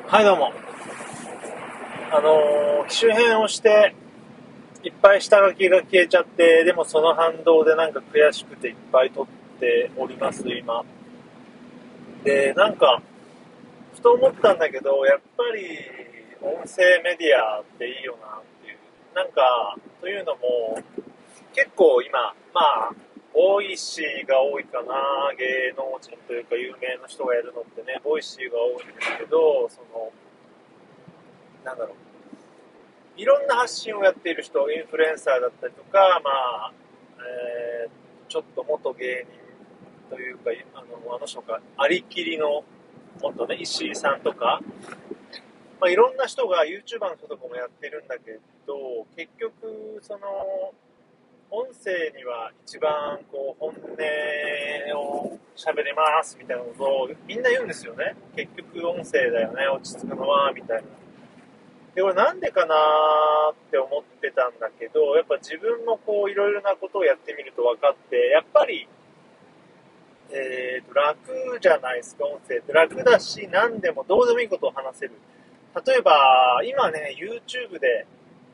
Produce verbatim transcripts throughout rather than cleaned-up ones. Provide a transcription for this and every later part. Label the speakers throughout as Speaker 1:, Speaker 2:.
Speaker 1: はい、どうも。あのー、機種変をして、いっぱい下書きが消えちゃって、でもその反動でなんか悔しくていっぱい撮っております、今。で、なんか、ふと思ったんだけど、やっぱり、音声メディアっていいよなっていう。なんか、というのも、結構今、まあ、ボイシーが多いかな、芸能人というか有名な人がやるのってね、ボイシーが多いんですけど、その、なんだろう。いろんな発信をやっている人、インフルエンサーだったりとか、まあ、えー、ちょっと元芸人というか、あの、あの人か、ありきりの元ね、石井さんとか、まあ、いろんな人が、YouTuber の人とかもやってるんだけど、結局、その、音声には一番こう本音を喋れますみたいなことをみんな言うんですよね。結局音声だよね、落ち着くのは、みたいな。で、俺なんでかなーって思ってたんだけど、やっぱ自分もこういろいろなことをやってみると分かって、やっぱり、えーと、楽じゃないですか、音声って。楽だし、何でもどうでもいいことを話せる。例えば、今ね、YouTube で、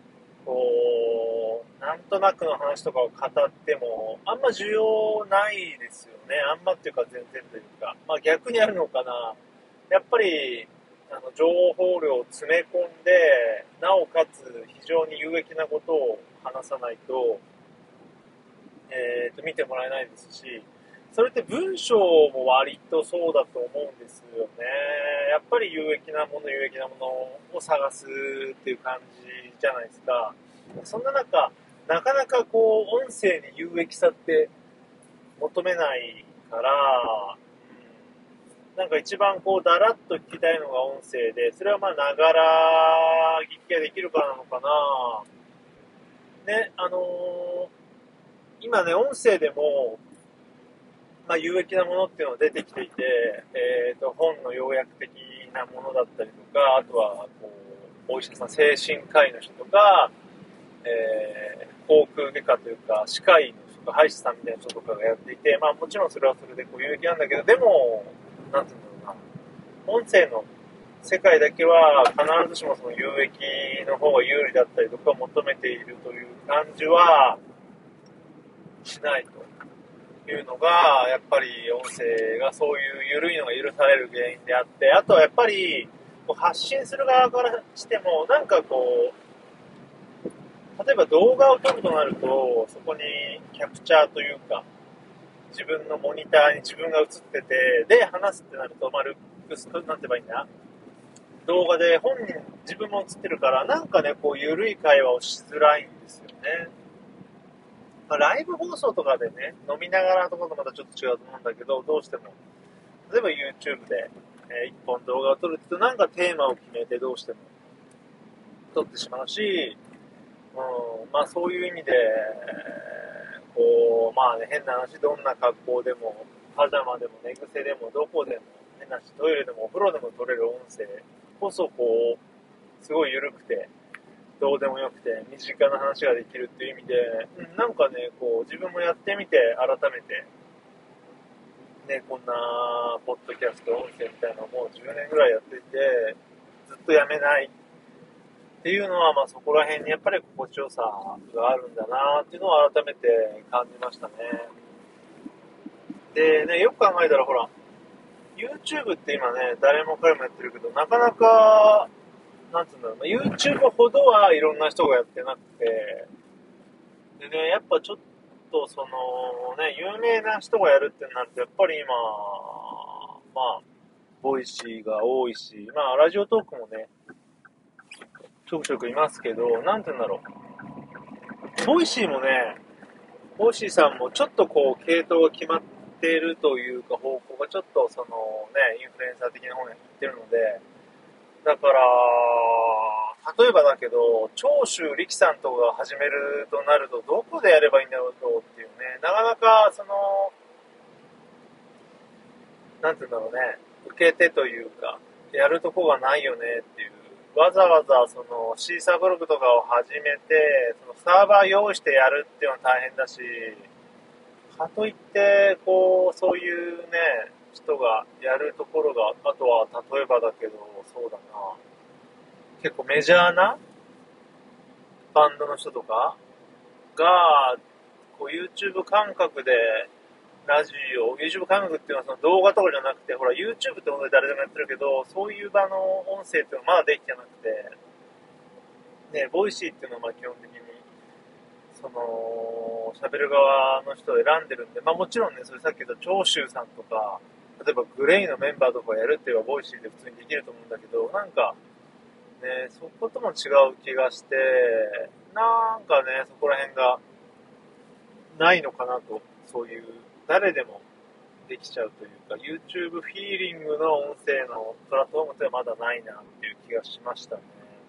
Speaker 1: こう、なんとなくの話とかを語っても、あんま需要ないですよね。あんまっていうか全然というか。まあ逆にあるのかな。やっぱり、あの情報量を詰め込んで、なおかつ非常に有益なことを話さないと、えーと、見てもらえないですし、それって文章も割とそうだと思うんですよね。やっぱり有益なもの、有益なものを探すっていう感じじゃないですか。そんな中、なかなかこう、音声に有益さって求めないから、なんか一番こう、だらっと聞きたいのが音声で、それはまあ、ながら聞きができるからなのかな。ね、あのー今ね、音声でも、まあ、有益なものっていうのが出てきていて、えー、と本の要約的なものだったりとか、あとはこうお医者さん、精神科医の人とか、えー、口腔外科というか歯科医の人とか歯医者さんみたいな人とかがやっていて、まあ、もちろんそれはそれでこう有益なんだけど、でもなんていうんだろうな、音声の世界だけは必ずしもその有益の方が有利だったりとか求めているという感じはしないというのが、やっぱり音声がそういう緩いのが許される原因であって、あとはやっぱりこう発信する側からしても、なんかこう、例えば動画を撮るとなると、そこにキャプチャーというか、自分のモニターに自分が映ってて、で話すってなると、まあ、ルックスと、なんて言えばいいんだ、動画で本人、自分も映ってるから、なんかね、こう緩い会話をしづらいんですよね。まあ、ライブ放送とかでね、飲みながらとかとまたちょっと違うと思うんだけど、どうしても、例えば YouTube で、えー、一本動画を撮ると、なんかテーマを決めてどうしても撮ってしまうし、うん、まあそういう意味で、こう、まあね、変な話、どんな格好でも、パジャマでも寝癖でも、どこでも、変な話、トイレでもお風呂でも撮れる音声こそ、こう、すごい緩くて、どうでもよくて身近な話ができるっていう意味で、うん、なんかね、こう自分もやってみて改めて、ね、こんなポッドキャスト音声みたいなのをもうじゅうねんぐらいやっていて、ずっとやめないっていうのは、まあそこら辺にやっぱり心地よさがあるんだなっていうのを改めて感じましたね。でね、よく考えたらほら、YouTube って今ね、誰も彼もやってるけど、なかなかなんつうんだろうな、YouTube ほどはいろんな人がやってなくて、でね、やっぱちょっとそのね、有名な人がやるってなると、やっぱり今、まあ、ボイシーが多いし、まあ、ラジオトークもね、ちょくちょくいますけど、なんて言うんだろう。ボイシーもね、ボイシーさんもちょっとこう、系統が決まっているというか、方向がちょっとそのね、インフルエンサー的な方に行ってるので、だから、例えばだけど、長州力さんとかが始めるとなると、どこでやればいいんだろうっていうね、なかなか、その、なんていうんだろうね、受け手というか、やるとこがないよねっていう、わざわざそのシーサーブログとかを始めて、そのサーバー用意してやるっていうのは大変だし、かといって、こう、そういうね、 人がやるところが、あとは例えばだけど、そうだな、結構メジャーなバンドの人とかが、こう YouTube 感覚でラジオ、YouTube 感覚っていうのはその動画とかじゃなくて、ほら YouTube って本当に誰でもやってるけど、そういう場の音声っていうのはまだできてなくて、ね、ボイシーっていうのはまあ基本的に、その、喋る側の人を選んでるんで、まあもちろんね、それさっき言った長州さんとか、例えばグレイのメンバーとかやるって言えばボイシーで普通にできると思うんだけど、なんか、ね、そことも違う気がして、なんかね、そこら辺がないのかなと、そういう、誰でもできちゃうというか、YouTube フィーリングの音声のプラットフォームってまだないなっていう気がしましたね。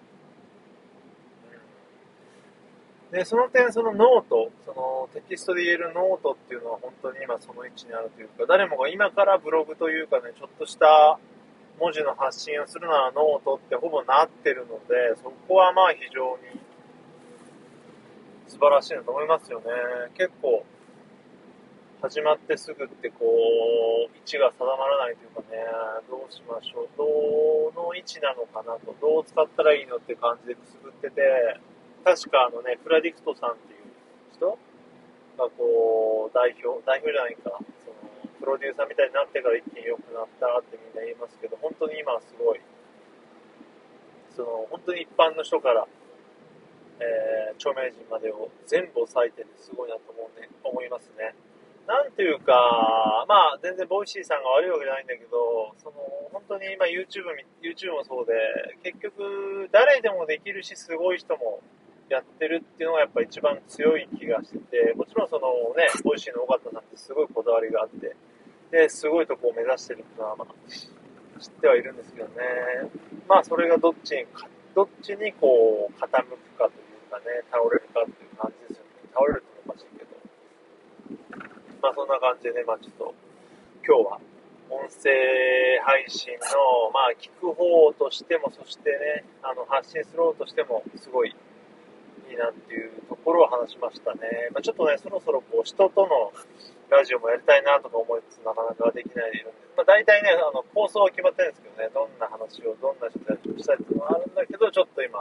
Speaker 1: うん、で、その点、そのノート、そのテキストで言えるノートっていうのは本当に今その位置にあるというか、誰もが今からブログというかね、ちょっとした文字の発信をするならノートってほぼなってるので、そこはまあ非常に素晴らしいなと思いますよね。結構、始まってすぐってこう、位置が定まらないというかね、どうしましょう。どの位置なのかなと、どう使ったらいいのって感じでくすぶってて、確かあのね、フラディクトさんっていう人がこう、代表、代表じゃないか、その、プロデューサーみたいになってから一気に良くなったってみんな言いますけど、本当に今すごい、その、本当に一般の人から、えー、著名人までを全部抑えててすごいなと思うね、思いますね。なんていうか、まあ、全然ボイシーさんが悪いわけじゃないんだけど、その、本当に今 YouTube, YouTube もそうで、結局、誰でもできるし、すごい人もやってるっていうのがやっぱ一番強い気がしてて、もちろんそのね、ボイシーの尾形さんってすごいこだわりがあって、で、すごいとこを目指してるっていうのは、まあ、知ってはいるんですけどね。まあ、それがどっちに、どっちにこう、傾くかというかね、倒れるかっていう感じですよね。倒れるっておかしいけど。まあそんな感じでね、まあちょっと今日は音声配信の、まあ聞く方としても、そしてね、あの発信する方としてもすごいいいなっていうところを話しましたね。まあちょっとね、そろそろこう人とのラジオもやりたいなとか思いつつなかなかできないでいるんで、まあ大体ね、あの構想は決まってるんですけどね、どんな話をどんな人とやりしたいっていうのはあるんだけど、ちょっと今、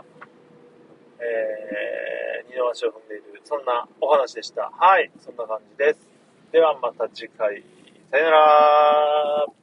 Speaker 1: えー、二の足を踏んでいる、そんなお話でした。はい、そんな感じです。ではまた次回。さよなら。